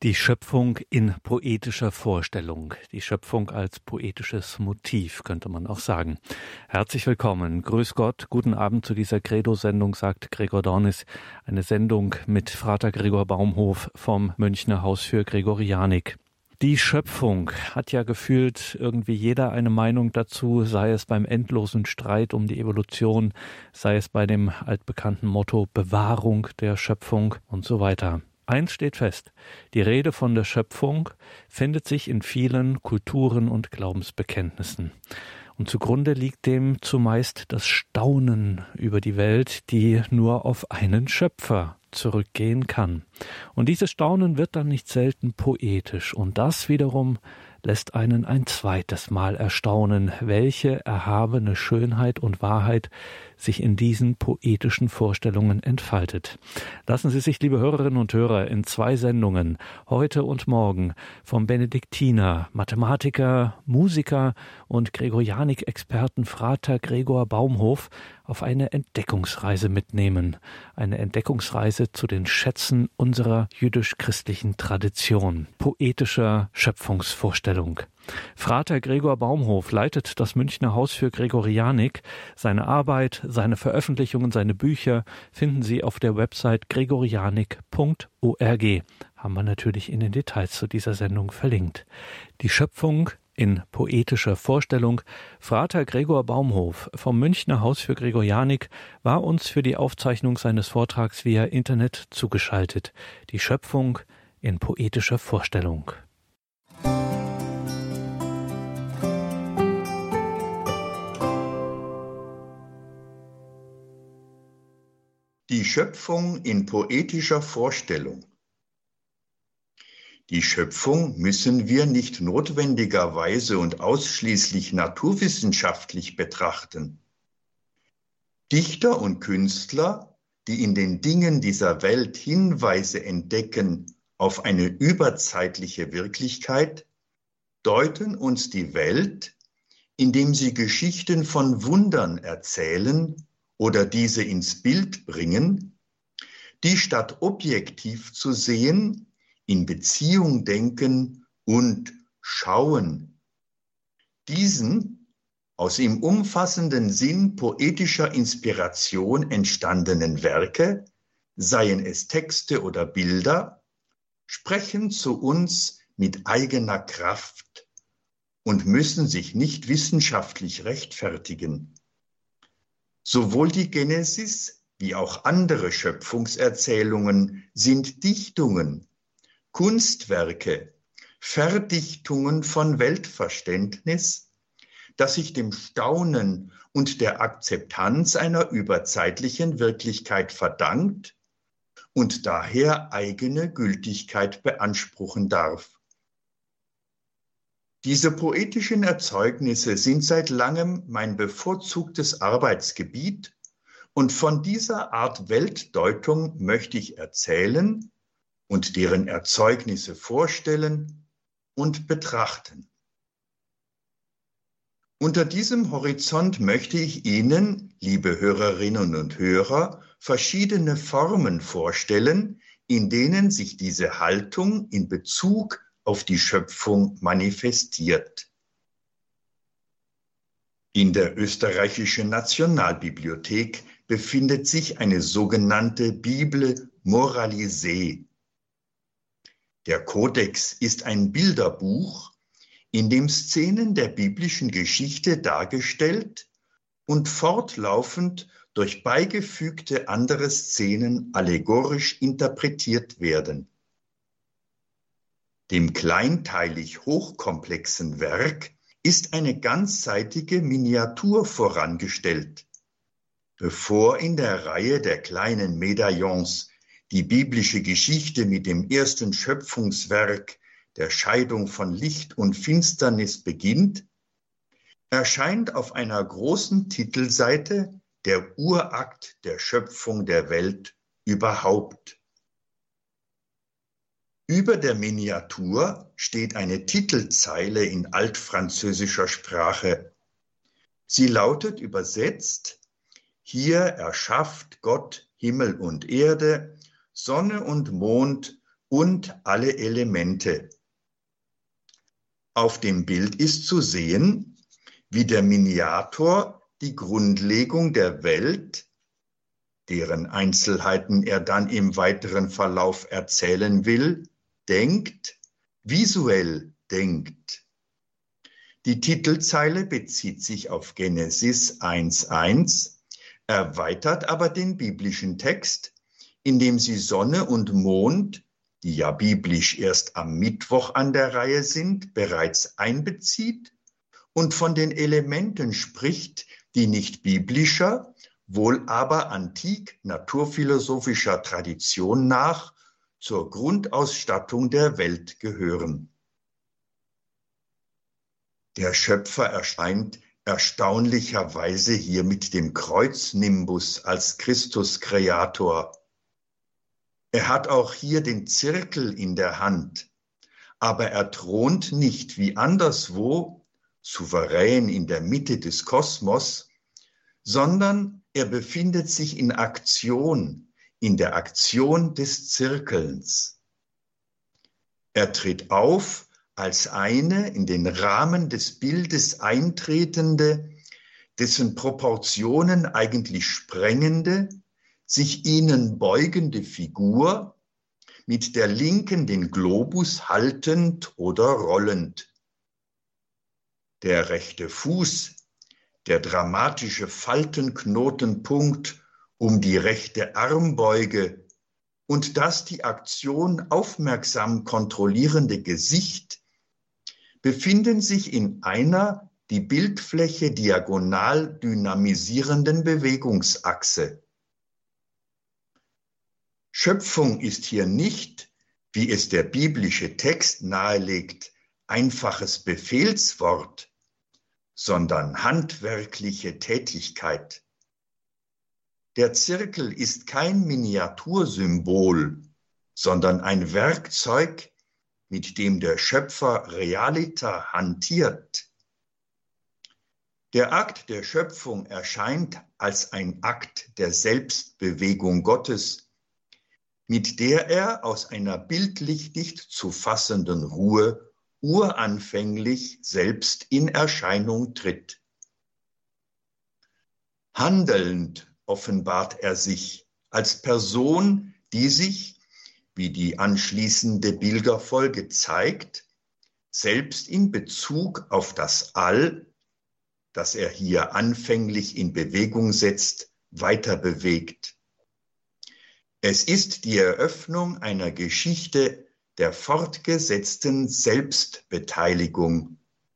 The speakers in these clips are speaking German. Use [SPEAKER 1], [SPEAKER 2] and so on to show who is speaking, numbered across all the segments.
[SPEAKER 1] Die Schöpfung in poetischer Vorstellung, die Schöpfung als poetisches Motiv, könnte man auch sagen. Herzlich willkommen, grüß Gott, guten Abend zu dieser Credo-Sendung, sagt Gregor Dornis, eine Sendung mit Frater Gregor Baumhof vom Münchner Haus für Gregorianik. Die Schöpfung hat ja gefühlt irgendwie jeder eine Meinung dazu, sei es beim endlosen Streit um die Evolution, sei es bei dem altbekannten Motto Bewahrung der Schöpfung und so weiter. Eins steht fest, die Rede von der Schöpfung findet sich in vielen Kulturen und Glaubensbekenntnissen. Und zugrunde liegt dem zumeist das Staunen über die Welt, die nur auf einen Schöpfer zurückgehen kann. Und dieses Staunen wird dann nicht selten poetisch. Und das wiederum lässt einen ein zweites Mal erstaunen, welche erhabene Schönheit und Wahrheit sich in diesen poetischen Vorstellungen entfaltet. Lassen Sie sich, liebe Hörerinnen und Hörer, in 2 Sendungen, heute und morgen, vom Benediktiner, Mathematiker, Musiker und Gregorianik-Experten Frater Gregor Baumhof auf eine Entdeckungsreise mitnehmen. Eine Entdeckungsreise zu den Schätzen unserer jüdisch-christlichen Tradition, poetischer Schöpfungsvorstellung. Frater Gregor Baumhof leitet das Münchner Haus für Gregorianik. Seine Arbeit, seine Veröffentlichungen, seine Bücher finden Sie auf der Website gregorianik.org. Haben wir natürlich in den Details zu dieser Sendung verlinkt. Die Schöpfung in poetischer Vorstellung. Frater Gregor Baumhof vom Münchner Haus für Gregorianik war uns für die Aufzeichnung seines Vortrags via Internet zugeschaltet. Die Schöpfung in poetischer Vorstellung.
[SPEAKER 2] Die Schöpfung in poetischer Vorstellung. Die Schöpfung müssen wir nicht notwendigerweise und ausschließlich naturwissenschaftlich betrachten. Dichter und Künstler, die in den Dingen dieser Welt Hinweise entdecken auf eine überzeitliche Wirklichkeit, deuten uns die Welt, indem sie Geschichten von Wundern erzählen oder diese ins Bild bringen, die statt objektiv zu sehen, in Beziehung denken und schauen. Diesen aus im umfassenden Sinn poetischer Inspiration entstandenen Werke, seien es Texte oder Bilder, sprechen zu uns mit eigener Kraft und müssen sich nicht wissenschaftlich rechtfertigen. Sowohl die Genesis wie auch andere Schöpfungserzählungen sind Dichtungen, Kunstwerke, Verdichtungen von Weltverständnis, das sich dem Staunen und der Akzeptanz einer überzeitlichen Wirklichkeit verdankt und daher eigene Gültigkeit beanspruchen darf. Diese poetischen Erzeugnisse sind seit langem mein bevorzugtes Arbeitsgebiet und von dieser Art Weltdeutung möchte ich erzählen und deren Erzeugnisse vorstellen und betrachten. Unter diesem Horizont möchte ich Ihnen, liebe Hörerinnen und Hörer, verschiedene Formen vorstellen, in denen sich diese Haltung in Bezug auf die Schöpfung manifestiert. In der österreichischen Nationalbibliothek befindet sich eine sogenannte Bible moralisée. Der Kodex ist ein Bilderbuch, in dem Szenen der biblischen Geschichte dargestellt und fortlaufend durch beigefügte andere Szenen allegorisch interpretiert werden. Dem kleinteilig hochkomplexen Werk ist eine ganzseitige Miniatur vorangestellt. Bevor in der Reihe der kleinen Medaillons die biblische Geschichte mit dem ersten Schöpfungswerk, der Scheidung von Licht und Finsternis, beginnt, erscheint auf einer großen Titelseite der Urakt der Schöpfung der Welt überhaupt. Über der Miniatur steht eine Titelzeile in altfranzösischer Sprache. Sie lautet übersetzt: Hier erschafft Gott Himmel und Erde, Sonne und Mond und alle Elemente. Auf dem Bild ist zu sehen, wie der Miniator die Grundlegung der Welt, deren Einzelheiten er dann im weiteren Verlauf erzählen will, denkt, visuell denkt. Die Titelzeile bezieht sich auf Genesis 1,1, erweitert aber den biblischen Text, indem sie Sonne und Mond, die ja biblisch erst am Mittwoch an der Reihe sind, bereits einbezieht und von den Elementen spricht, die nicht biblischer, wohl aber antik-naturphilosophischer Tradition nach zur Grundausstattung der Welt gehören. Der Schöpfer erscheint erstaunlicherweise hier mit dem Kreuznimbus als Christus-Kreator. Er hat auch hier den Zirkel in der Hand, aber er thront nicht wie anderswo, souverän in der Mitte des Kosmos, sondern er befindet sich in Aktion, in der Aktion des Zirkelns. Er tritt auf als eine in den Rahmen des Bildes eintretende, dessen Proportionen eigentlich sprengende, sich ihnen beugende Figur, mit der linken den Globus haltend oder rollend. Der rechte Fuß, der dramatische Faltenknotenpunkt um die rechte Armbeuge und das die Aktion aufmerksam kontrollierende Gesicht befinden sich in einer die Bildfläche diagonal dynamisierenden Bewegungsachse. Schöpfung ist hier nicht, wie es der biblische Text nahelegt, einfaches Befehlswort, sondern handwerkliche Tätigkeit. Der Zirkel ist kein Miniatursymbol, sondern ein Werkzeug, mit dem der Schöpfer Realita hantiert. Der Akt der Schöpfung erscheint als ein Akt der Selbstbewegung Gottes, mit der er aus einer bildlich nicht zu fassenden Ruhe uranfänglich selbst in Erscheinung tritt. Handelnd offenbart er sich als Person, die sich, wie die anschließende Bilderfolge zeigt, selbst in Bezug auf das All, das er hier anfänglich in Bewegung setzt, weiter bewegt. Es ist die Eröffnung einer Geschichte der fortgesetzten Selbstbeteiligung.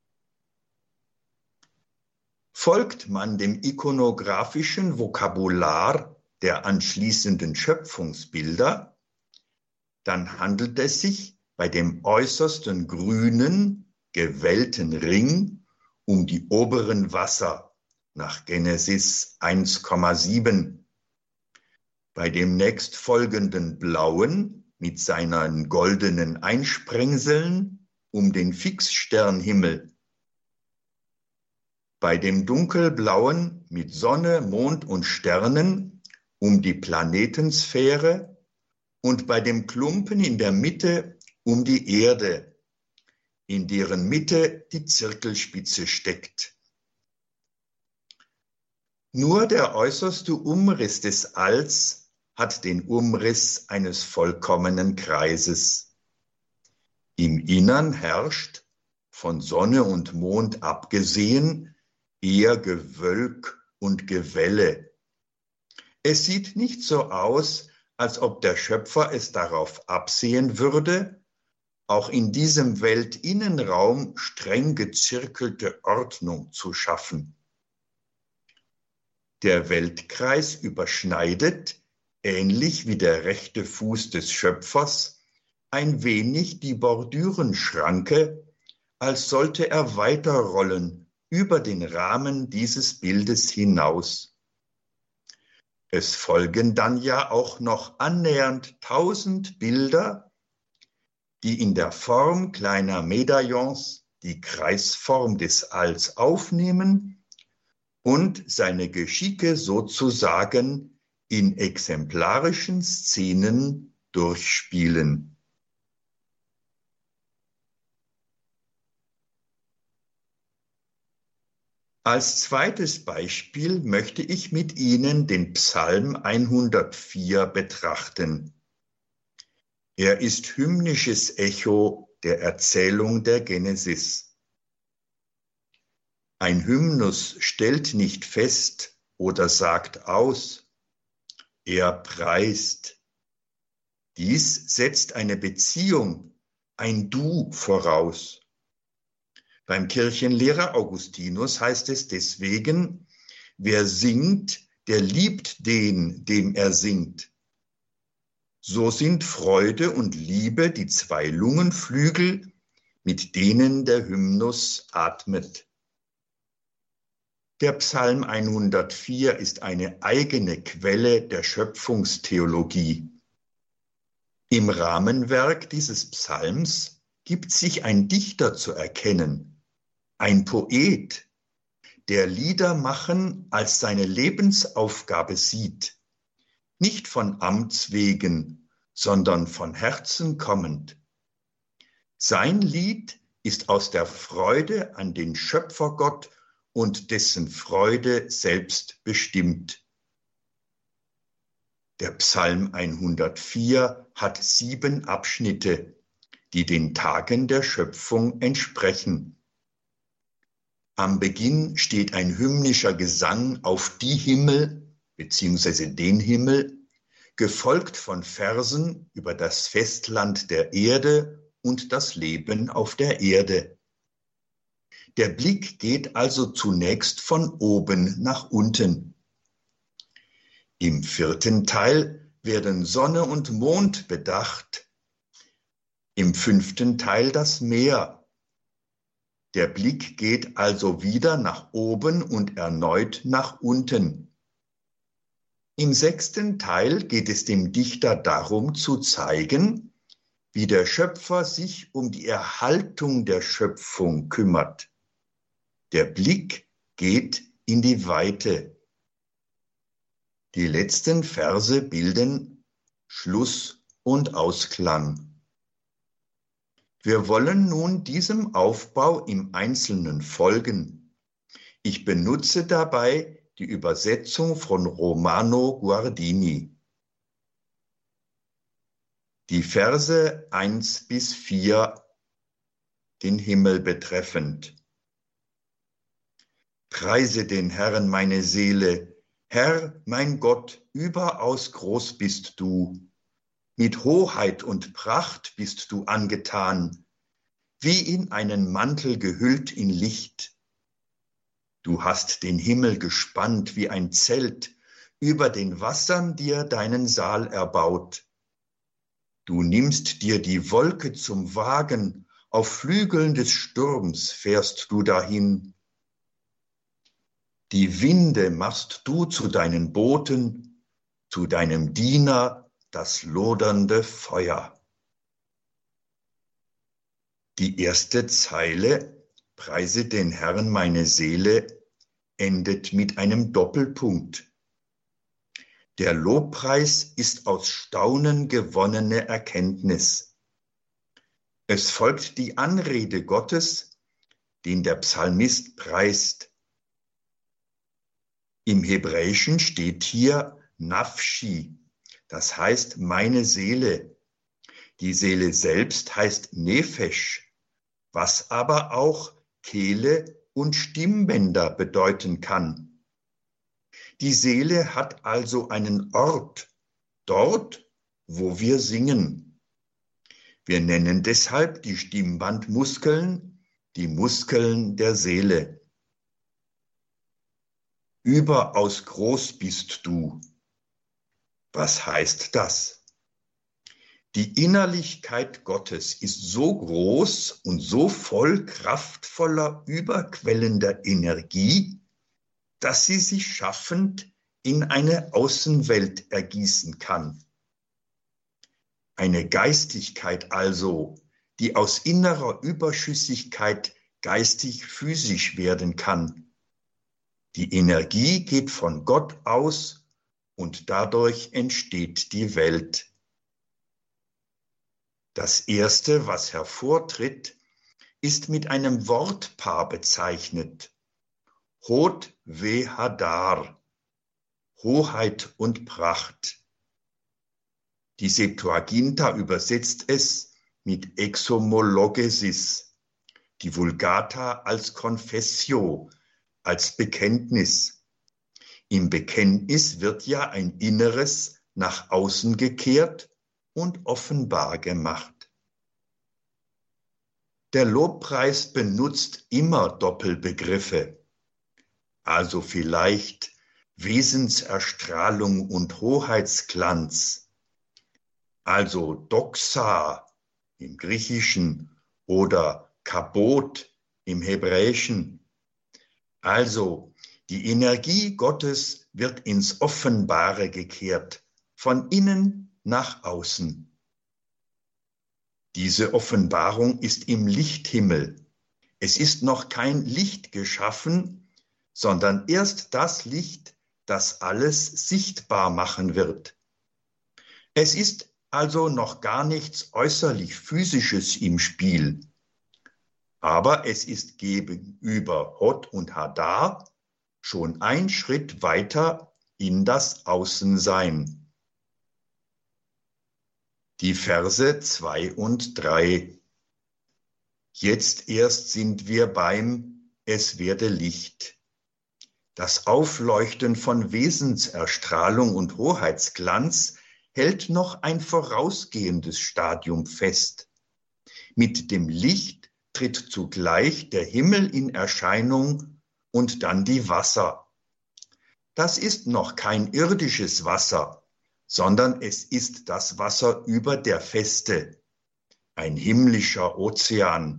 [SPEAKER 2] Folgt man dem ikonografischen Vokabular der anschließenden Schöpfungsbilder, dann handelt es sich bei dem äußersten grünen, gewellten Ring um die oberen Wasser nach Genesis 1,7. Bei dem nächstfolgenden blauen mit seinen goldenen Einsprengseln um den Fixsternhimmel. Bei dem dunkelblauen mit Sonne, Mond und Sternen um die Planetensphäre und bei dem Klumpen in der Mitte um die Erde, in deren Mitte die Zirkelspitze steckt. Nur der äußerste Umriss des Alls hat den Umriss eines vollkommenen Kreises. Im Innern herrscht, von Sonne und Mond abgesehen, eher Gewölk und Gewelle. Es sieht nicht so aus, als ob der Schöpfer es darauf absehen würde, auch in diesem Weltinnenraum streng gezirkelte Ordnung zu schaffen. Der Weltkreis überschneidet, ähnlich wie der rechte Fuß des Schöpfers, ein wenig die Bordürenschranke, als sollte er weiterrollen über den Rahmen dieses Bildes hinaus. Es folgen dann ja auch noch annähernd 1000 Bilder, die in der Form kleiner Medaillons die Kreisform des Alls aufnehmen und seine Geschicke sozusagen in exemplarischen Szenen durchspielen. Als zweites Beispiel möchte ich mit Ihnen den Psalm 104 betrachten. Er ist hymnisches Echo der Erzählung der Genesis. Ein Hymnus stellt nicht fest oder sagt aus, er preist. Dies setzt eine Beziehung, ein Du voraus. Beim Kirchenlehrer Augustinus heißt es deswegen, wer singt, der liebt den, dem er singt. So sind Freude und Liebe die zwei Lungenflügel, mit denen der Hymnus atmet. Der Psalm 104 ist eine eigene Quelle der Schöpfungstheologie. Im Rahmenwerk dieses Psalms gibt sich ein Dichter zu erkennen, ein Poet, der Lieder machen als seine Lebensaufgabe sieht, nicht von Amts wegen, sondern von Herzen kommend. Sein Lied ist aus der Freude an den Schöpfergott und dessen Freude selbst bestimmt. Der Psalm 104 hat 7 Abschnitte, die den Tagen der Schöpfung entsprechen. Am Beginn steht ein hymnischer Gesang auf die Himmel bzw. den Himmel, gefolgt von Versen über das Festland der Erde und das Leben auf der Erde. Der Blick geht also zunächst von oben nach unten. Im 4. Teil werden Sonne und Mond bedacht, im 5. Teil das Meer. Der Blick geht also wieder nach oben und erneut nach unten. Im 6. Teil geht es dem Dichter darum zu zeigen, wie der Schöpfer sich um die Erhaltung der Schöpfung kümmert. Der Blick geht in die Weite. Die letzten Verse bilden Schluss und Ausklang. Wir wollen nun diesem Aufbau im Einzelnen folgen. Ich benutze dabei die Übersetzung von Romano Guardini. Die Verse 1 bis 4, den Himmel betreffend. Preise den Herrn meine Seele, Herr, mein Gott, überaus groß bist du. Mit Hoheit und Pracht bist du angetan, wie in einen Mantel gehüllt in Licht. Du hast den Himmel gespannt wie ein Zelt, über den Wassern dir deinen Saal erbaut. Du nimmst dir die Wolke zum Wagen, auf Flügeln des Sturms fährst du dahin. Die Winde machst du zu deinen Boten, zu deinem Diener, das lodernde Feuer. Die erste Zeile, Preise den Herrn meine Seele, endet mit einem Doppelpunkt. Der Lobpreis ist aus Staunen gewonnene Erkenntnis. Es folgt die Anrede Gottes, den der Psalmist preist. Im Hebräischen steht hier Nafshi, das heißt meine Seele. Die Seele selbst heißt Nefesh, was aber auch Kehle und Stimmbänder bedeuten kann. Die Seele hat also einen Ort, dort, wo wir singen. Wir nennen deshalb die Stimmbandmuskeln die Muskeln der Seele. Überaus groß bist du. Was heißt das? Die Innerlichkeit Gottes ist so groß und so voll kraftvoller, überquellender Energie, dass sie sich schaffend in eine Außenwelt ergießen kann. Eine Geistigkeit also, die aus innerer Überschüssigkeit geistig-physisch werden kann. Die Energie geht von Gott aus und dadurch entsteht die Welt. Das Erste, was hervortritt, ist mit einem Wortpaar bezeichnet. Hod ve Hadar, Hoheit und Pracht. Die Septuaginta übersetzt es mit Exomologesis, die Vulgata als Confessio, als Bekenntnis. Im Bekenntnis wird ja ein Inneres nach außen gekehrt und offenbar gemacht. Der Lobpreis benutzt immer Doppelbegriffe, also vielleicht Wesenserstrahlung und Hoheitsglanz, also Doxa im Griechischen oder Kabot im Hebräischen. Also die Energie Gottes wird ins Offenbare gekehrt, von innen nach außen. Diese Offenbarung ist im Lichthimmel. Es ist noch kein Licht geschaffen, sondern erst das Licht, das alles sichtbar machen wird. Es ist also noch gar nichts äußerlich Physisches im Spiel. Aber es ist gegenüber Hod und Hadar schon ein Schritt weiter in das Außensein. Die Verse 2 und 3. Jetzt erst sind wir beim Es werde Licht. Das Aufleuchten von Wesenserstrahlung und Hoheitsglanz hält noch ein vorausgehendes Stadium fest. Mit dem Licht tritt zugleich der Himmel in Erscheinung und dann die Wasser. Das ist noch kein irdisches Wasser, sondern es ist das Wasser über der Feste, ein himmlischer Ozean.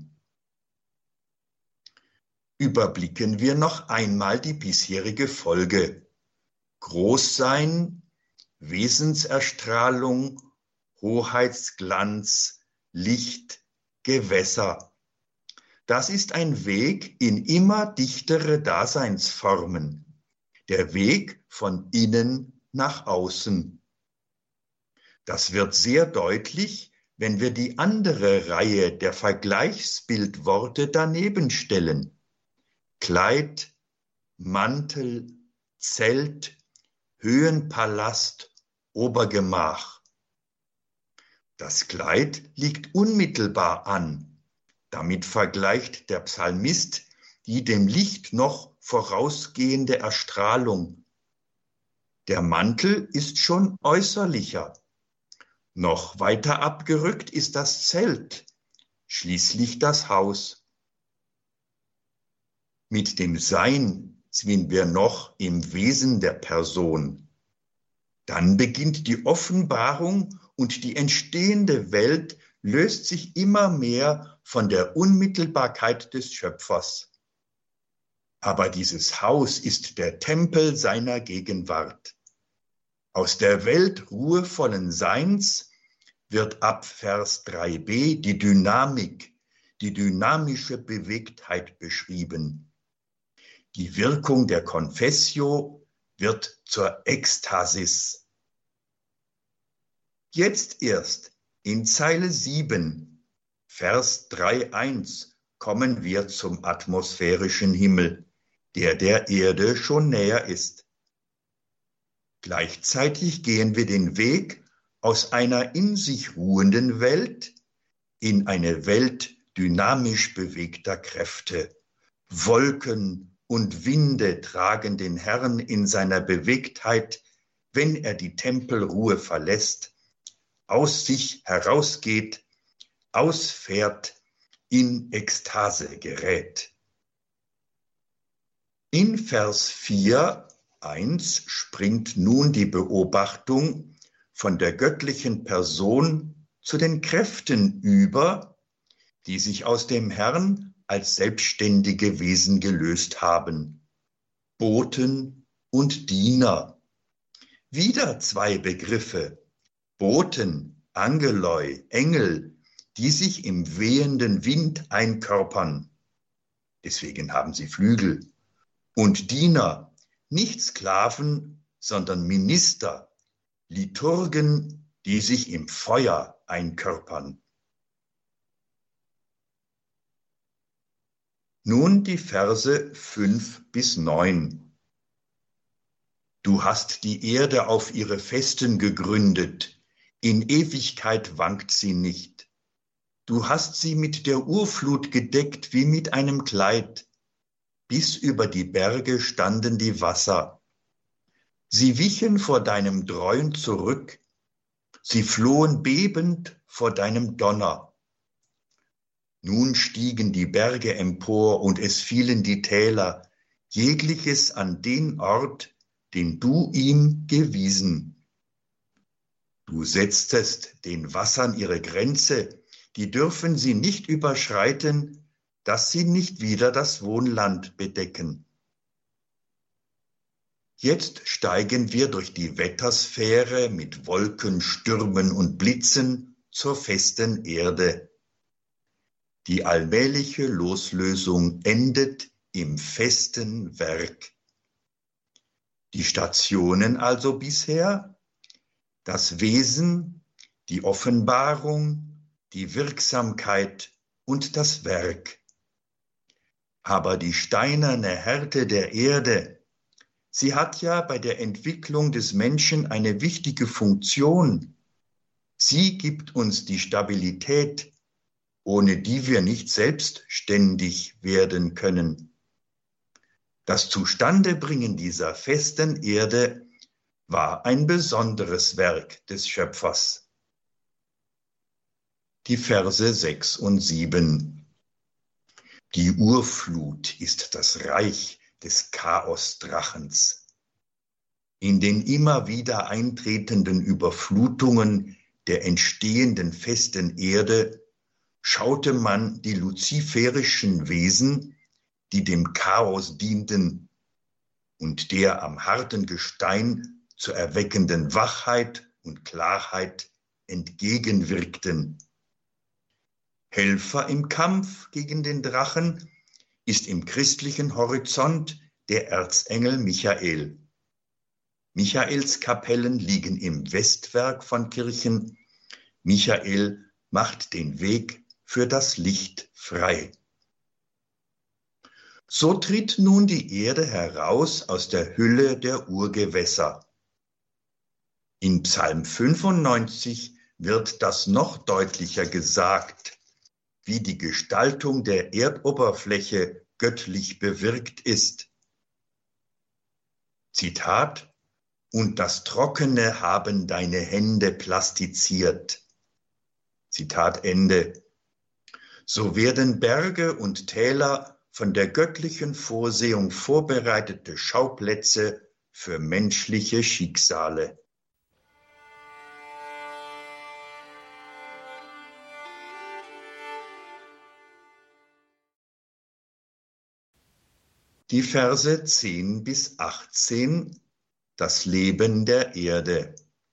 [SPEAKER 2] Überblicken wir noch einmal die bisherige Folge. Großsein, Wesenserstrahlung, Hoheitsglanz, Licht, Gewässer. Das ist ein Weg in immer dichtere Daseinsformen, der Weg von innen nach außen. Das wird sehr deutlich, wenn wir die andere Reihe der Vergleichsbildworte daneben stellen. Kleid, Mantel, Zelt, Höhenpalast, Obergemach. Das Kleid liegt unmittelbar an. Damit vergleicht der Psalmist die dem Licht noch vorausgehende Erstrahlung. Der Mantel ist schon äußerlicher. Noch weiter abgerückt ist das Zelt, schließlich das Haus. Mit dem Sein sind wir noch im Wesen der Person. Dann beginnt die Offenbarung und die entstehende Welt löst sich immer mehr von der Unmittelbarkeit des Schöpfers. Aber dieses Haus ist der Tempel seiner Gegenwart. Aus der Welt ruhevollen Seins wird ab Vers 3b die Dynamik, die dynamische Bewegtheit beschrieben. Die Wirkung der Confessio wird zur Ekstasis. Jetzt erst in Zeile 7, Vers 3.1 kommen wir zum atmosphärischen Himmel, der Erde schon näher ist. Gleichzeitig gehen wir den Weg aus einer in sich ruhenden Welt in eine Welt dynamisch bewegter Kräfte. Wolken und Winde tragen den Herrn in seiner Bewegtheit, wenn er die Tempelruhe verlässt, aus sich herausgeht, ausfährt, in Ekstase gerät. In Vers 4.1 springt nun die Beobachtung von der göttlichen Person zu den Kräften über, die sich aus dem Herrn als selbstständige Wesen gelöst haben. Boten und Diener. Wieder zwei Begriffe. Boten, Angeloi, Engel, die sich im wehenden Wind einkörpern. Deswegen haben sie Flügel. Und Diener, nicht Sklaven, sondern Minister, Liturgen, die sich im Feuer einkörpern. Nun die Verse 5-9. Du hast die Erde auf ihre Festen gegründet, in Ewigkeit wankt sie nicht. Du hast sie mit der Urflut gedeckt wie mit einem Kleid, bis über die Berge standen die Wasser. Sie wichen vor deinem Dräuen zurück, sie flohen bebend vor deinem Donner. Nun stiegen die Berge empor und es fielen die Täler, jegliches an den Ort, den du ihm gewiesen. Du setztest den Wassern ihre Grenze, die dürfen sie nicht überschreiten, dass sie nicht wieder das Wohnland bedecken. Jetzt steigen wir durch die Wettersphäre mit Wolken, Stürmen und Blitzen zur festen Erde. Die allmähliche Loslösung endet im festen Werk. Die Stationen also bisher, das Wesen, die Offenbarung, die Wirksamkeit und das Werk. Aber die steinerne Härte der Erde, sie hat ja bei der Entwicklung des Menschen eine wichtige Funktion. Sie gibt uns die Stabilität, ohne die wir nicht selbstständig werden können. Das Zustandebringen dieser festen Erde war ein besonderes Werk des Schöpfers. Die Verse 6 und 7. Die Urflut ist das Reich des Chaosdrachens. In den immer wieder eintretenden Überflutungen der entstehenden festen Erde schaute man die luziferischen Wesen, die dem Chaos dienten und der am harten Gestein zur erweckenden Wachheit und Klarheit entgegenwirkten. Helfer im Kampf gegen den Drachen ist im christlichen Horizont der Erzengel Michael. Michaels Kapellen liegen im Westwerk von Kirchen. Michael macht den Weg für das Licht frei. So tritt nun die Erde heraus aus der Hülle der Urgewässer. In Psalm 95 wird das noch deutlicher gesagt, wie die Gestaltung der Erdoberfläche göttlich bewirkt ist. Zitat: Und das Trockene haben deine Hände plastiziert. Zitat Ende. So werden Berge und Täler von der göttlichen Vorsehung vorbereitete Schauplätze für menschliche Schicksale. Die Verse 10-18, das Leben der Erde.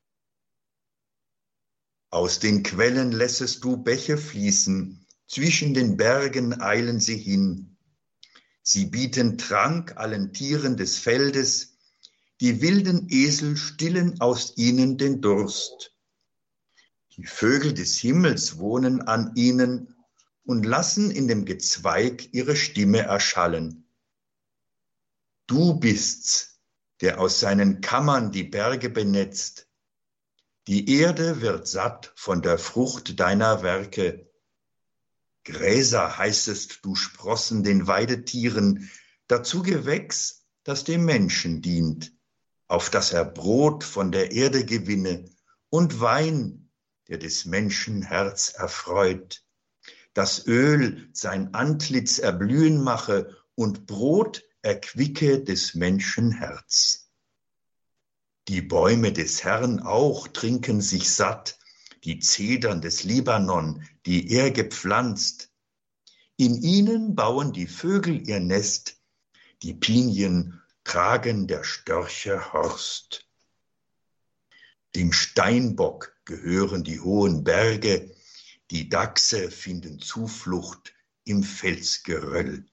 [SPEAKER 2] Aus den Quellen lässest du Bäche fließen, zwischen den Bergen eilen sie hin. Sie bieten Trank allen Tieren des Feldes, die wilden Esel stillen aus ihnen den Durst. Die Vögel des Himmels wohnen an ihnen und lassen in dem Gezweig ihre Stimme erschallen. Du bist's, der aus seinen Kammern die Berge benetzt. Die Erde wird satt von der Frucht deiner Werke. Gräser heißest du Sprossen den Weidetieren, dazu Gewächs, das dem Menschen dient, auf das er Brot von der Erde gewinne und Wein, der des Menschen Herz erfreut, das Öl sein Antlitz erblühen mache und Brot erquicke des Menschen Herz. Die Bäume des Herrn auch trinken sich satt, die Zedern des Libanon, die er gepflanzt. In ihnen bauen die Vögel ihr Nest, die Pinien tragen der Störche Horst. Dem Steinbock gehören die hohen Berge, die Dachse finden Zuflucht im Felsgeröll.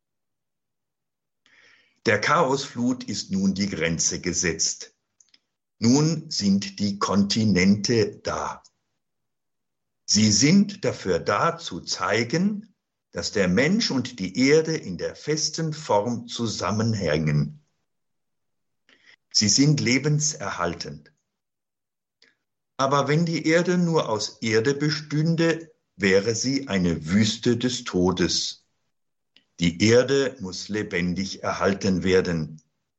[SPEAKER 2] Der Chaosflut ist nun die Grenze gesetzt. Nun sind die Kontinente da. Sie sind dafür da, zu zeigen, dass der Mensch und die Erde in der festen Form zusammenhängen. Sie sind lebenserhaltend. Aber wenn die Erde nur aus Erde bestünde, wäre sie eine Wüste des Todes. Die Erde muss lebendig erhalten werden.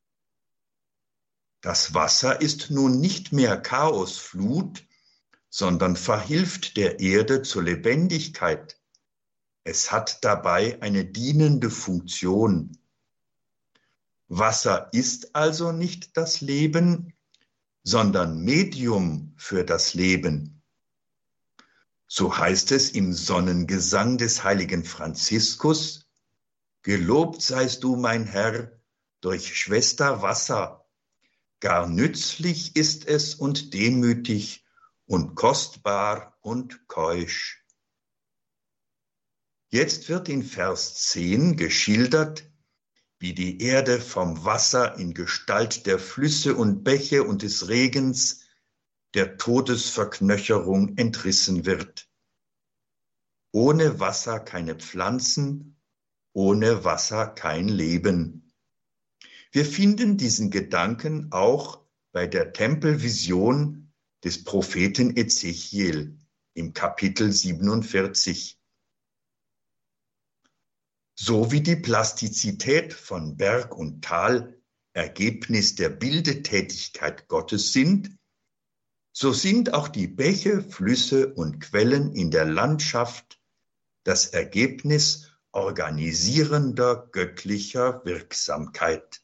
[SPEAKER 2] Das Wasser ist nun nicht mehr Chaosflut, sondern verhilft der Erde zur Lebendigkeit. Es hat dabei eine dienende Funktion. Wasser ist also nicht das Leben, sondern Medium für das Leben. So heißt es im Sonnengesang des heiligen Franziskus: Gelobt seist du, mein Herr, durch Schwester Wasser. Gar nützlich ist es und demütig und kostbar und keusch. Jetzt wird in Vers 10 geschildert, wie die Erde vom Wasser in Gestalt der Flüsse und Bäche und des Regens der Todesverknöcherung entrissen wird. Ohne Wasser keine Pflanzen, ohne Wasser kein Leben. Wir finden diesen Gedanken auch bei der Tempelvision des Propheten Ezechiel im Kapitel 47. So wie die Plastizität von Berg und Tal Ergebnis der Bildetätigkeit Gottes sind, so sind auch die Bäche, Flüsse und Quellen in der Landschaft das Ergebnis organisierender göttlicher Wirksamkeit.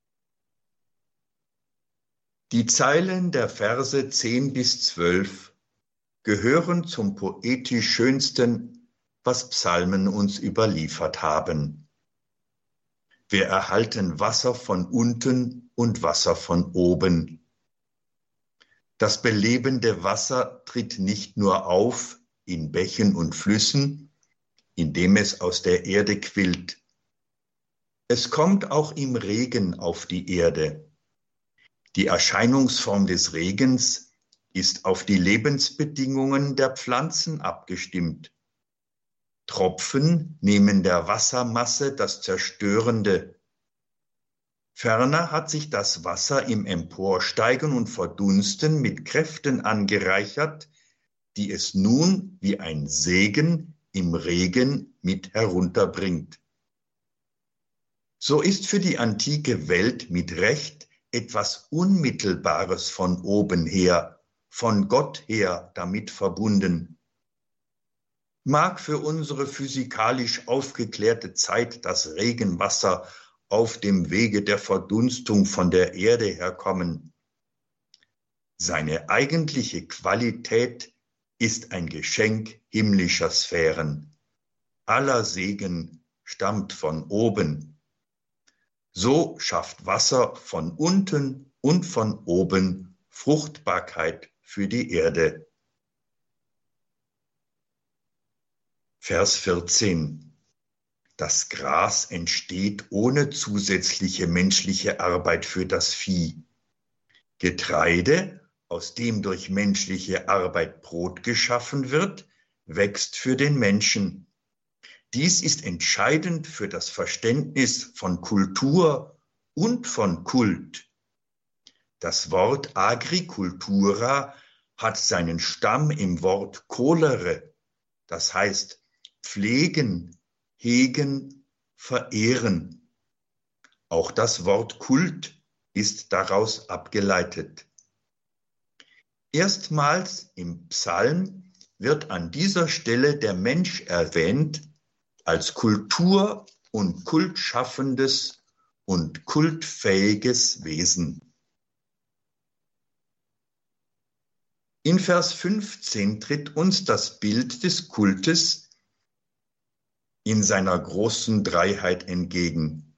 [SPEAKER 2] Die Zeilen der Verse 10 bis 12 gehören zum poetisch schönsten, was Psalmen uns überliefert haben. Wir erhalten Wasser von unten und Wasser von oben. Das belebende Wasser tritt nicht nur auf in Bächen und Flüssen, indem es aus der Erde quillt. Es kommt auch im Regen auf die Erde. Die Erscheinungsform des Regens ist auf die Lebensbedingungen der Pflanzen abgestimmt. Tropfen nehmen der Wassermasse das Zerstörende. Ferner hat sich das Wasser im Emporsteigen und Verdunsten mit Kräften angereichert, die es nun wie ein Segen im Regen mit herunterbringt. So ist für die antike Welt mit Recht etwas Unmittelbares von oben her, von Gott her damit verbunden. Mag für unsere physikalisch aufgeklärte Zeit das Regenwasser auf dem Wege der Verdunstung von der Erde herkommen. Seine eigentliche Qualität ist ein Geschenk himmlischer Sphären. Aller Segen stammt von oben. So schafft Wasser von unten und von oben Fruchtbarkeit für die Erde. Vers 14. Das Gras entsteht ohne zusätzliche menschliche Arbeit für das Vieh. Getreide, aus dem durch menschliche Arbeit Brot geschaffen wird, wächst für den Menschen. Dies ist entscheidend für das Verständnis von Kultur und von Kult. Das Wort Agricultura hat seinen Stamm im Wort colere, das heißt pflegen, hegen, verehren. Auch das Wort Kult ist daraus abgeleitet. Erstmals im Psalm wird an dieser Stelle der Mensch erwähnt als kultur- und kultschaffendes und kultfähiges Wesen. In Vers 15 tritt uns das Bild des Kultes in seiner großen Dreiheit entgegen.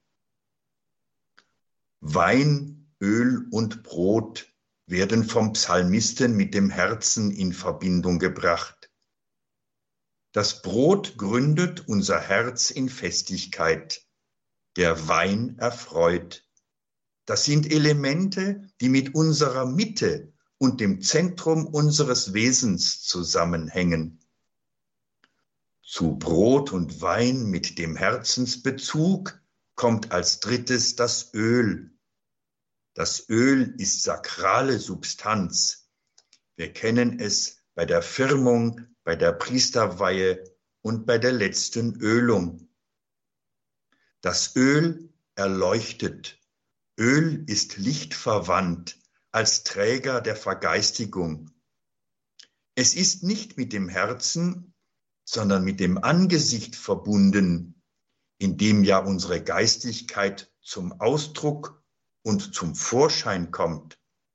[SPEAKER 2] Wein, Öl und Brot werden vom Psalmisten mit dem Herzen in Verbindung gebracht. Das Brot gründet unser Herz in Festigkeit. Der Wein erfreut. Das sind Elemente, die mit unserer Mitte und dem Zentrum unseres Wesens zusammenhängen. Zu Brot und Wein mit dem Herzensbezug kommt als drittes das Öl. Das Öl ist sakrale Substanz. Wir kennen es bei der Firmung, bei der Priesterweihe und bei der letzten Ölung. Das Öl erleuchtet. Öl ist lichtverwandt als Träger der Vergeistigung. Es ist nicht mit dem Herzen, sondern mit dem Angesicht verbunden, in dem ja unsere Geistigkeit zum Ausdruck und zum Vorschein kommt.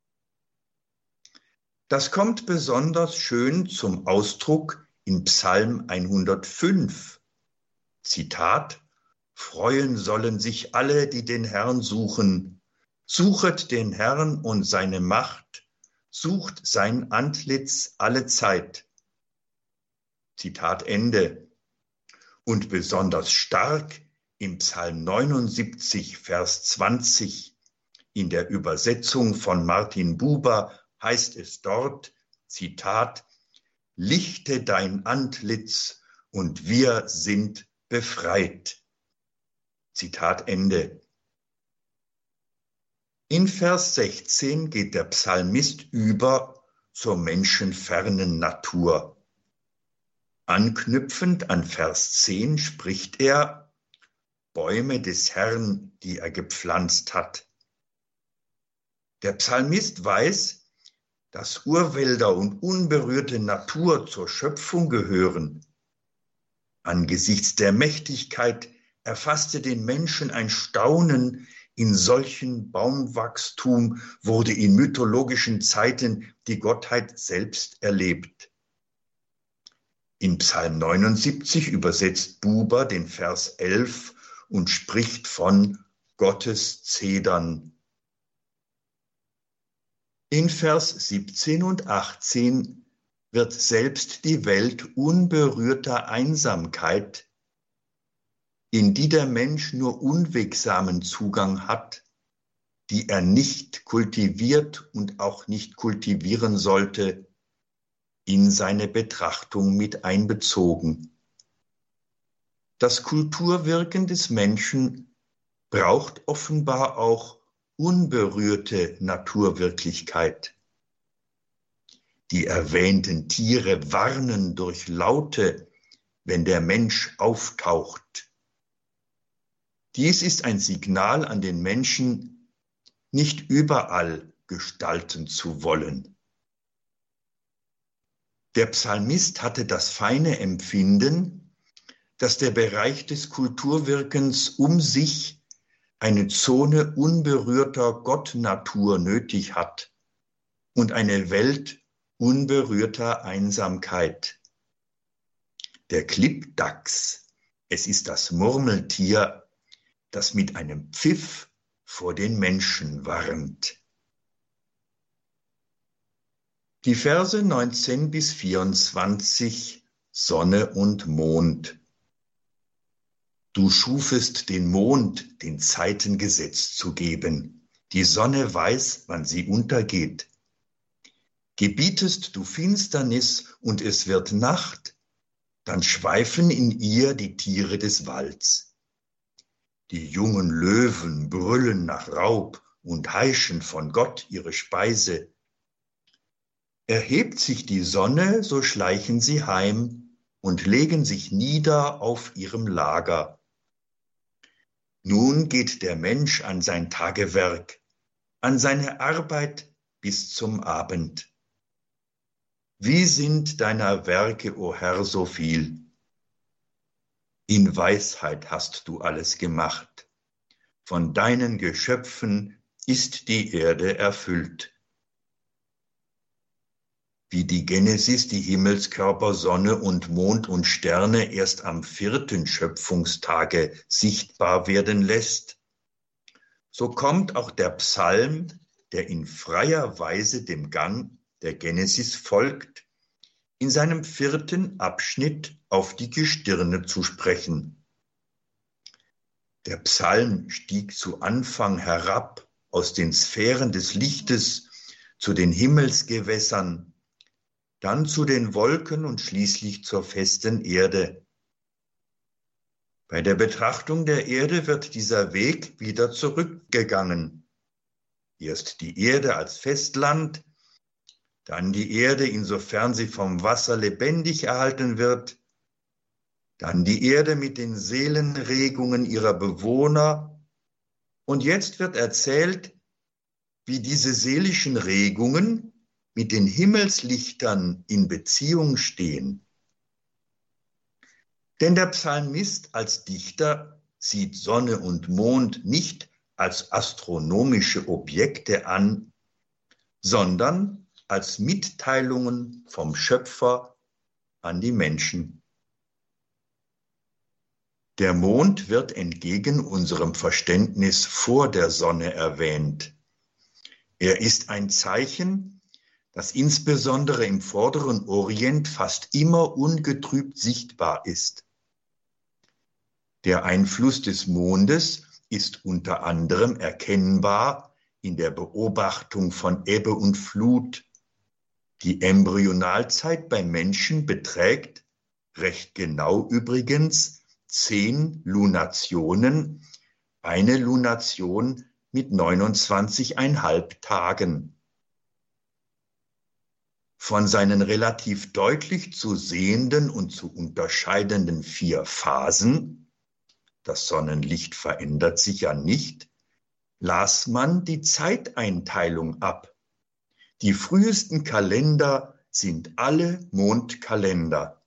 [SPEAKER 2] Das kommt besonders schön zum Ausdruck in Psalm 105. Zitat: Freuen sollen sich alle, die den Herrn suchen. Suchet den Herrn und seine Macht, sucht sein Antlitz alle Zeit. Zitat Ende. Und besonders stark im Psalm 79, Vers 20, in der Übersetzung von Martin Buber heißt es dort, Zitat, Lichte dein Antlitz und wir sind befreit. Zitat Ende. In Vers 16 geht der Psalmist über zur menschenfernen Natur. Anknüpfend an Vers 10 spricht er, Bäume des Herrn, die er gepflanzt hat. Der Psalmist weiß, dass Urwälder und unberührte Natur zur Schöpfung gehören. Angesichts der Mächtigkeit erfasste den Menschen ein Staunen, in solchen Baumwachstum wurde in mythologischen Zeiten die Gottheit selbst erlebt. In Psalm 79 übersetzt Buber den Vers 11 und spricht von Gottes Zedern. In Vers 17 und 18 wird selbst die Welt unberührter Einsamkeit, in die der Mensch nur unwegsamen Zugang hat, die er nicht kultiviert und auch nicht kultivieren sollte, in seine Betrachtung mit einbezogen. Das Kulturwirken des Menschen braucht offenbar auch unberührte Naturwirklichkeit. Die erwähnten Tiere warnen durch Laute, wenn der Mensch auftaucht. Dies ist ein Signal an den Menschen, nicht überall gestalten zu wollen. Der Psalmist hatte das feine Empfinden, dass der Bereich des Kulturwirkens um sich eine Zone unberührter Gottnatur nötig hat und eine Welt unberührter Einsamkeit. Der Klippdachs, es ist das Murmeltier, das mit einem Pfiff vor den Menschen warnt. Die Verse 19 bis 24, Sonne und Mond. Du schufest den Mond, den Zeiten Gesetz zu geben. Die Sonne weiß, wann sie untergeht. Gebietest du Finsternis und es wird Nacht, dann schweifen in ihr die Tiere des Walds. Die jungen Löwen brüllen nach Raub und heischen von Gott ihre Speise. Erhebt sich die Sonne, so schleichen sie heim und legen sich nieder auf ihrem Lager. Nun geht der Mensch an sein Tagewerk, an seine Arbeit bis zum Abend. Wie sind deiner Werke, o Herr, so viel? In Weisheit hast du alles gemacht. Von deinen Geschöpfen ist die Erde erfüllt. Wie die Genesis die Himmelskörper Sonne und Mond und Sterne erst am 4. Schöpfungstage sichtbar werden lässt, so kommt auch der Psalm, der in freier Weise dem Gang der Genesis folgt, in seinem 4. Abschnitt auf die Gestirne zu sprechen. Der Psalm stieg zu Anfang herab aus den Sphären des Lichtes zu den Himmelsgewässern, dann zu den Wolken und schließlich zur festen Erde. Bei der Betrachtung der Erde wird dieser Weg wieder zurückgegangen. Erst die Erde als Festland, dann die Erde, insofern sie vom Wasser lebendig erhalten wird, dann die Erde mit den Seelenregungen ihrer Bewohner. Und jetzt wird erzählt, wie diese seelischen Regungen mit den Himmelslichtern in Beziehung stehen. Denn der Psalmist als Dichter sieht Sonne und Mond nicht als astronomische Objekte an, sondern als Mitteilungen vom Schöpfer an die Menschen. Der Mond wird entgegen unserem Verständnis vor der Sonne erwähnt. Er ist ein Zeichen, das insbesondere im vorderen Orient fast immer ungetrübt sichtbar ist. Der Einfluss des Mondes ist unter anderem erkennbar in der Beobachtung von Ebbe und Flut. Die Embryonalzeit beim Menschen beträgt, recht genau übrigens, 10 Lunationen, eine Lunation mit 29,5 Tagen. Von seinen relativ deutlich zu sehenden und zu unterscheidenden 4 Phasen, das Sonnenlicht verändert sich ja nicht, las man die Zeiteinteilung ab. Die frühesten Kalender sind alle Mondkalender.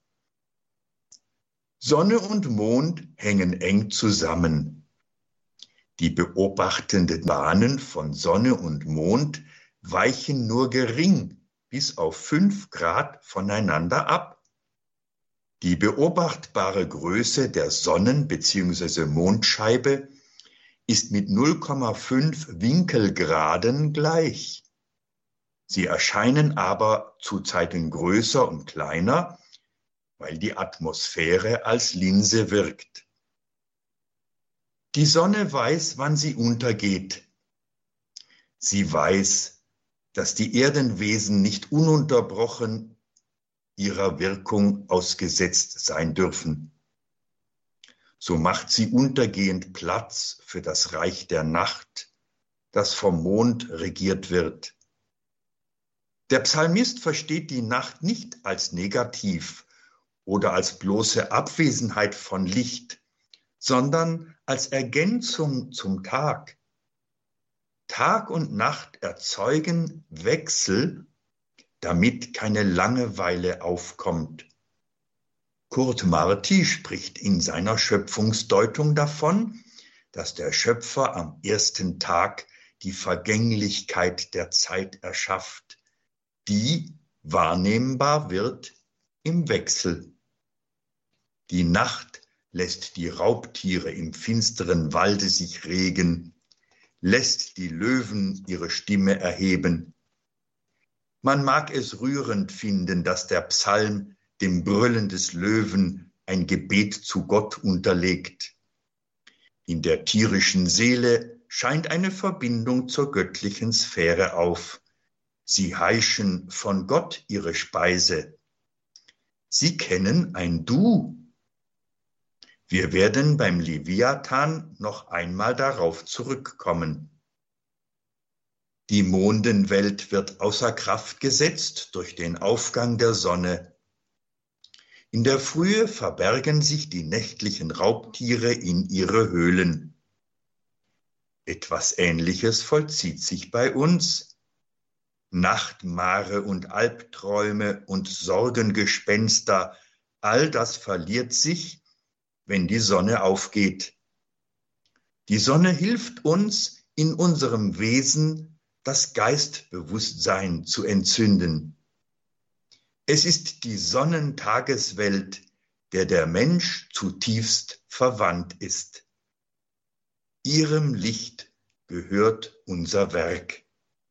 [SPEAKER 2] Sonne und Mond hängen eng zusammen. Die beobachtenden Bahnen von Sonne und Mond weichen nur gering bis auf 5 Grad voneinander ab. Die beobachtbare Größe der Sonnen- bzw. Mondscheibe ist mit 0,5 Winkelgraden gleich. Sie erscheinen aber zu Zeiten größer und kleiner, weil die Atmosphäre als Linse wirkt. Die Sonne weiß, wann sie untergeht. Sie weiß, dass die Erdenwesen nicht ununterbrochen ihrer Wirkung ausgesetzt sein dürfen. So macht sie untergehend Platz für das Reich der Nacht, das vom Mond regiert wird. Der Psalmist versteht die Nacht nicht als negativ oder als bloße Abwesenheit von Licht, sondern als Ergänzung zum Tag. Tag und Nacht erzeugen Wechsel, damit keine Langeweile aufkommt. Kurt Marti spricht in seiner Schöpfungsdeutung davon, dass der Schöpfer am ersten Tag die Vergänglichkeit der Zeit erschafft, die wahrnehmbar wird im Wechsel. Die Nacht lässt die Raubtiere im finsteren Walde sich regen, lässt die Löwen ihre Stimme erheben. Man mag es rührend finden, dass der Psalm dem Brüllen des Löwen ein Gebet zu Gott unterlegt. In der tierischen Seele scheint eine Verbindung zur göttlichen Sphäre auf. Sie heischen von Gott ihre Speise. Sie kennen ein Du. Wir werden beim Leviathan noch einmal darauf zurückkommen. Die Mondenwelt wird außer Kraft gesetzt durch den Aufgang der Sonne. In der Frühe verbergen sich die nächtlichen Raubtiere in ihre Höhlen. Etwas Ähnliches vollzieht sich bei uns. Nachtmare und Albträume und Sorgengespenster, all das verliert sich, wenn die Sonne aufgeht. Die Sonne hilft uns, in unserem Wesen das Geistbewusstsein zu entzünden. Es ist die Sonnentageswelt, der der Mensch zutiefst verwandt ist. Ihrem Licht gehört unser Werk.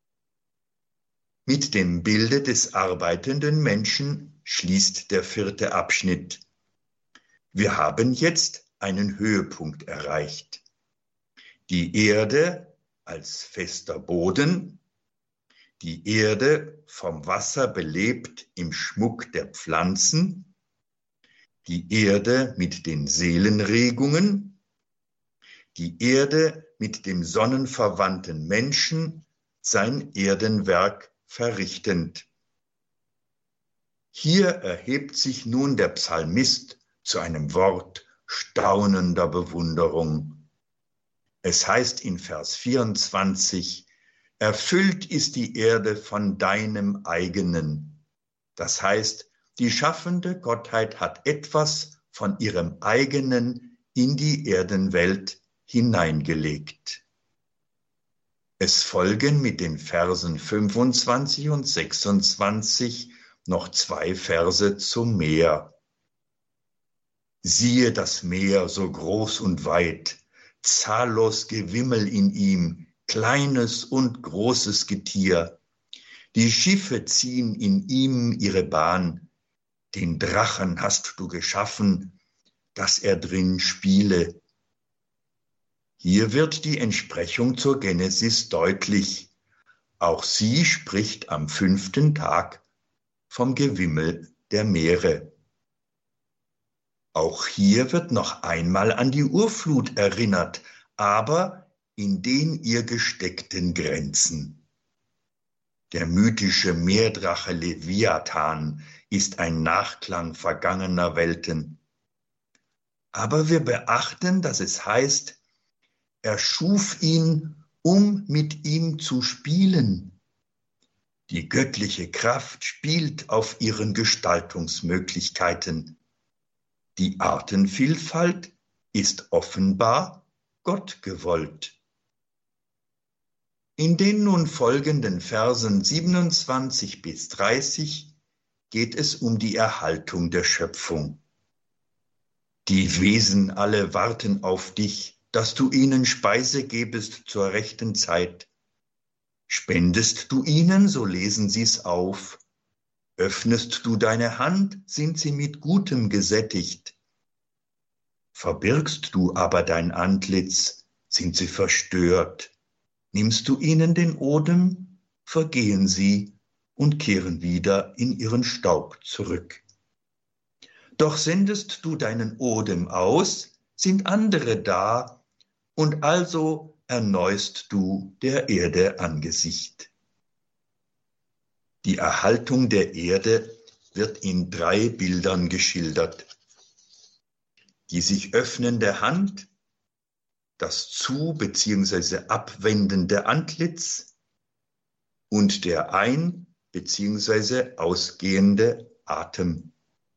[SPEAKER 2] Mit dem Bilde des arbeitenden Menschen schließt der 4. Abschnitt. Wir haben jetzt einen Höhepunkt erreicht. Die Erde als fester Boden, die Erde vom Wasser belebt im Schmuck der Pflanzen, die Erde mit den Seelenregungen, die Erde mit dem sonnenverwandten Menschen sein Erdenwerk verrichtend. Hier erhebt sich nun der Psalmist zu einem Wort staunender Bewunderung. Es heißt in Vers 24, erfüllt ist die Erde von deinem eigenen. Das heißt, die schaffende Gottheit hat etwas von ihrem eigenen in die Erdenwelt hineingelegt. Es folgen mit den Versen 25 und 26 noch 2 Verse zum Meer. Siehe das Meer so groß und weit, zahllos Gewimmel in ihm, kleines und großes Getier. Die Schiffe ziehen in ihm ihre Bahn. Den Drachen hast du geschaffen, dass er drin spiele. Hier wird die Entsprechung zur Genesis deutlich. Auch sie spricht am 5. Tag vom Gewimmel der Meere. Auch hier wird noch einmal an die Urflut erinnert, aber in den ihr gesteckten Grenzen. Der mythische Meerdrache Leviathan ist ein Nachklang vergangener Welten. Aber wir beachten, dass es heißt, er schuf ihn, um mit ihm zu spielen. Die göttliche Kraft spielt auf ihren Gestaltungsmöglichkeiten. Die Artenvielfalt ist offenbar Gott gewollt. In den nun folgenden Versen 27 bis 30 geht es um die Erhaltung der Schöpfung. Die Wesen alle warten auf dich, dass du ihnen Speise gebest zur rechten Zeit. Spendest du ihnen, so lesen sie's auf. Öffnest du deine Hand, sind sie mit Gutem gesättigt. Verbirgst du aber dein Antlitz, sind sie verstört. Nimmst du ihnen den Odem, vergehen sie und kehren wieder in ihren Staub zurück. Doch sendest du deinen Odem aus, sind andere da, und also erneuest du der Erde Angesicht. Die Erhaltung der Erde wird in 3 Bildern geschildert. Die sich öffnende Hand, das zu- bzw. abwendende Antlitz und der ein- bzw. ausgehende Atem.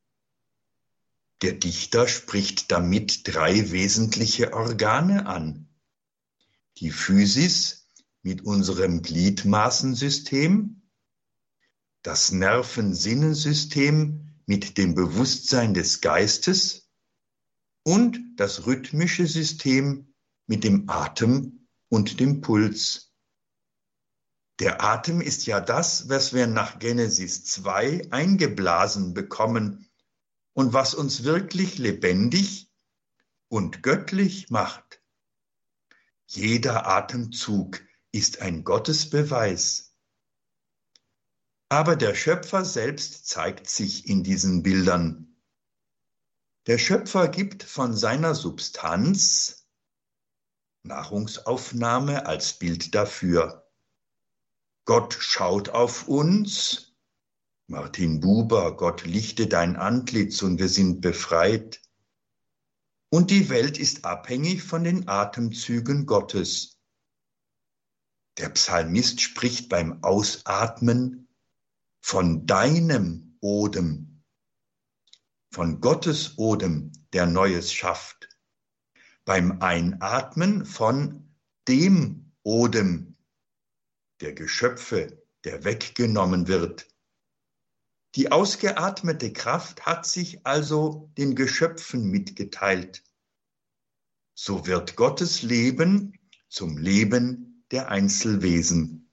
[SPEAKER 2] Der Dichter spricht damit 3 wesentliche Organe an. Die Physis mit unserem Gliedmaßensystem, das Nervensinnensystem mit dem Bewusstsein des Geistes und das rhythmische System mit dem Atem und dem Puls. Der Atem ist ja das, was wir nach Genesis 2 eingeblasen bekommen und was uns wirklich lebendig und göttlich macht. Jeder Atemzug ist ein Gottesbeweis. Aber der Schöpfer selbst zeigt sich in diesen Bildern. Der Schöpfer gibt von seiner Substanz Nahrungsaufnahme als Bild dafür. Gott schaut auf uns. Martin Buber, Gott lichte dein Antlitz und wir sind befreit. Und die Welt ist abhängig von den Atemzügen Gottes. Der Psalmist spricht beim Ausatmen von deinem Odem, von Gottes Odem, der Neues schafft. Beim Einatmen von dem Odem der Geschöpfe, der weggenommen wird. Die ausgeatmete Kraft hat sich also den Geschöpfen mitgeteilt. So wird Gottes Leben zum Leben der Einzelwesen.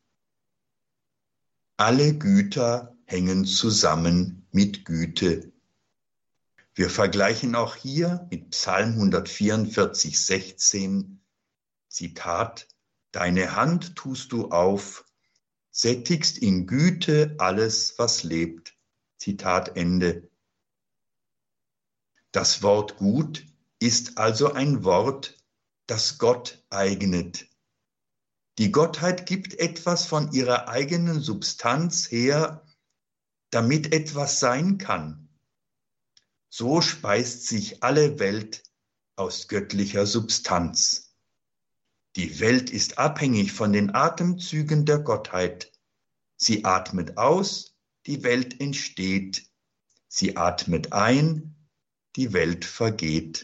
[SPEAKER 2] Alle Güter hängen zusammen mit Güte. Wir vergleichen auch hier mit Psalm 144, 16, Zitat, Deine Hand tust du auf, sättigst in Güte alles, was lebt. Zitat Ende. Das Wort gut ist also ein Wort, das Gott eignet. Die Gottheit gibt etwas von ihrer eigenen Substanz her, damit etwas sein kann. So speist sich alle Welt aus göttlicher Substanz. Die Welt ist abhängig von den Atemzügen der Gottheit. Sie atmet aus, die Welt entsteht. Sie atmet ein, die Welt vergeht.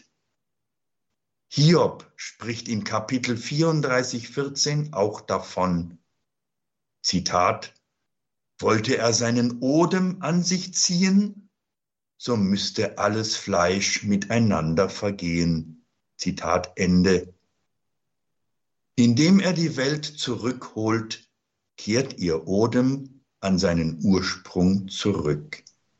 [SPEAKER 2] Hiob spricht in Kapitel 34,14 auch davon. Zitat: Wollte er seinen Odem an sich ziehen, so müsste alles Fleisch miteinander vergehen. Zitat Ende. Indem er die Welt zurückholt, kehrt ihr Odem an seinen Ursprung zurück.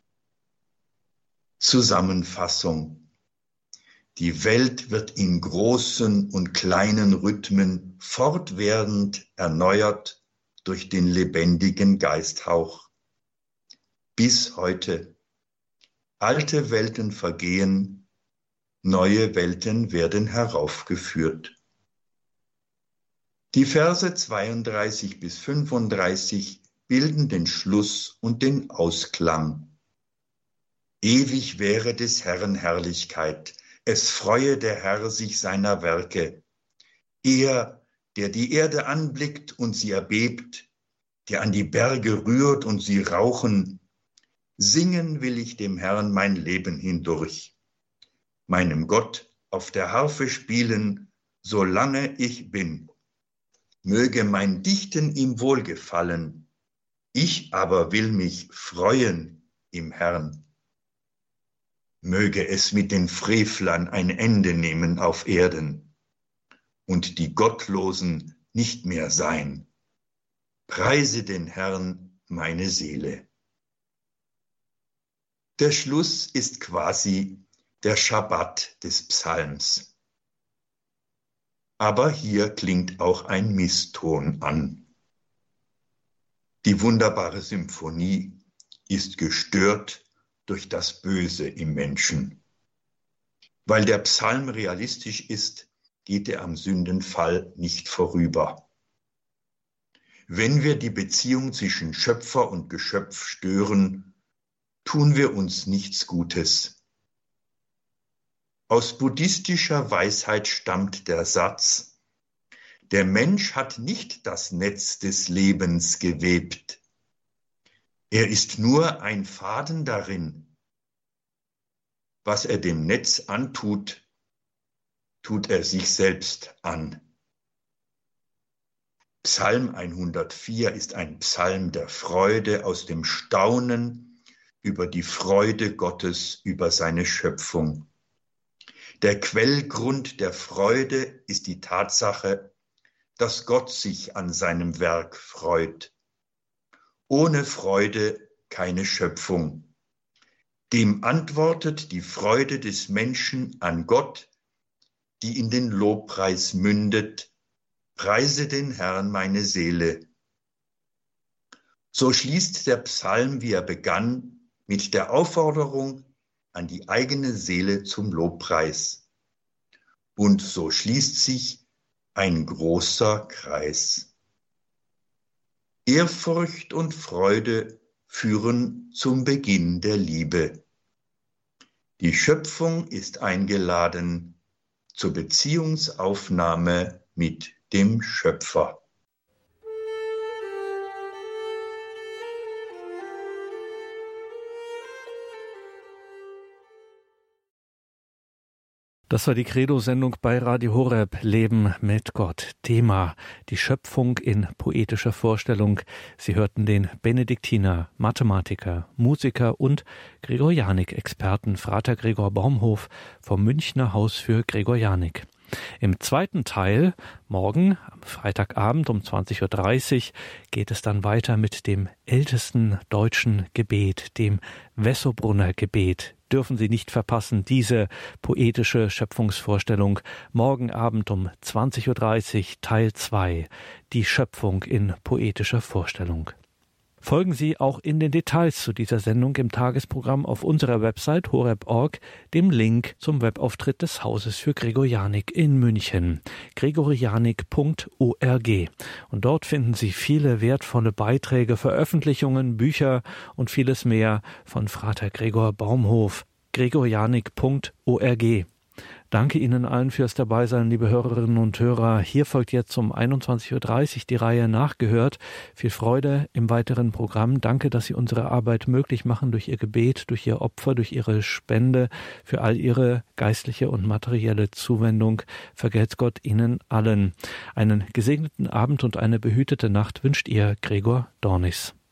[SPEAKER 2] Zusammenfassung: Die Welt wird in großen und kleinen Rhythmen fortwährend erneuert durch den lebendigen Geisthauch. Bis heute. Alte Welten vergehen, neue Welten werden heraufgeführt. Die Verse 32 bis 35 bilden den Schluss und den Ausklang. Ewig wäre des Herrn Herrlichkeit, es freue der Herr sich seiner Werke. Er, der die Erde anblickt und sie erbebt, der an die Berge rührt und sie rauchen, singen will ich dem Herrn mein Leben hindurch, meinem Gott auf der Harfe spielen, solange ich bin. Möge mein Dichten ihm wohlgefallen, ich aber will mich freuen im Herrn. Möge es mit den Frevlern ein Ende nehmen auf Erden und die Gottlosen nicht mehr sein. Preise den Herrn, meine Seele. Der Schluss ist quasi der Schabbat des Psalms. Aber hier klingt auch ein Misston an. Die wunderbare Symphonie ist gestört durch das Böse im Menschen. Weil der Psalm realistisch ist, geht er am Sündenfall nicht vorüber. Wenn wir die Beziehung zwischen Schöpfer und Geschöpf stören, tun wir uns nichts Gutes. Aus buddhistischer Weisheit stammt der Satz: Der Mensch hat nicht das Netz des Lebens gewebt. Er ist nur ein Faden darin. Was er dem Netz antut, tut er sich selbst an. Psalm 104 ist ein Psalm der Freude aus dem Staunen über die Freude Gottes über seine Schöpfung. Der Quellgrund der Freude ist die Tatsache, dass Gott sich an seinem Werk freut. Ohne Freude keine Schöpfung. Dem antwortet die Freude des Menschen an Gott, die in den Lobpreis mündet: Preise den Herrn, meine Seele. So schließt der Psalm, wie er begann, mit der Aufforderung an die eigene Seele zum Lobpreis. Und so schließt sich ein großer Kreis. Ehrfurcht und Freude führen zum Beginn der Liebe. Die Schöpfung ist eingeladen zur Beziehungsaufnahme mit dem Schöpfer.
[SPEAKER 1] Das war die Credo-Sendung bei Radio Horeb, Leben mit Gott. Thema: die Schöpfung in poetischer Vorstellung. Sie hörten den Benediktiner, Mathematiker, Musiker und Gregorianik-Experten Frater Gregor Baumhof vom Münchner Haus für Gregorianik. Im zweiten Teil, morgen am Freitagabend um 20.30 Uhr, geht es dann weiter mit dem ältesten deutschen Gebet, dem Wessobrunner Gebet. Dürfen Sie nicht verpassen, diese poetische Schöpfungsvorstellung. Morgen Abend um 20.30 Uhr, Teil 2, die Schöpfung in poetischer Vorstellung. Folgen Sie auch in den Details zu dieser Sendung im Tagesprogramm auf unserer Website horeb.org dem Link zum Webauftritt des Hauses für Gregor Janik in München, gregorianik.org. Und dort finden Sie viele wertvolle Beiträge, Veröffentlichungen, Bücher und vieles mehr von Frater Gregor Baumhof, gregorianik.org. Danke Ihnen allen fürs Dabeisein, liebe Hörerinnen und Hörer. Hier folgt jetzt um 21.30 Uhr die Reihe Nachgehört. Viel Freude im weiteren Programm. Danke, dass Sie unsere Arbeit möglich machen durch Ihr Gebet, durch Ihr Opfer, durch Ihre Spende, für all Ihre geistliche und materielle Zuwendung. Vergelt's Gott Ihnen allen. Einen gesegneten Abend und eine behütete Nacht wünscht Ihr Gregor Dornis.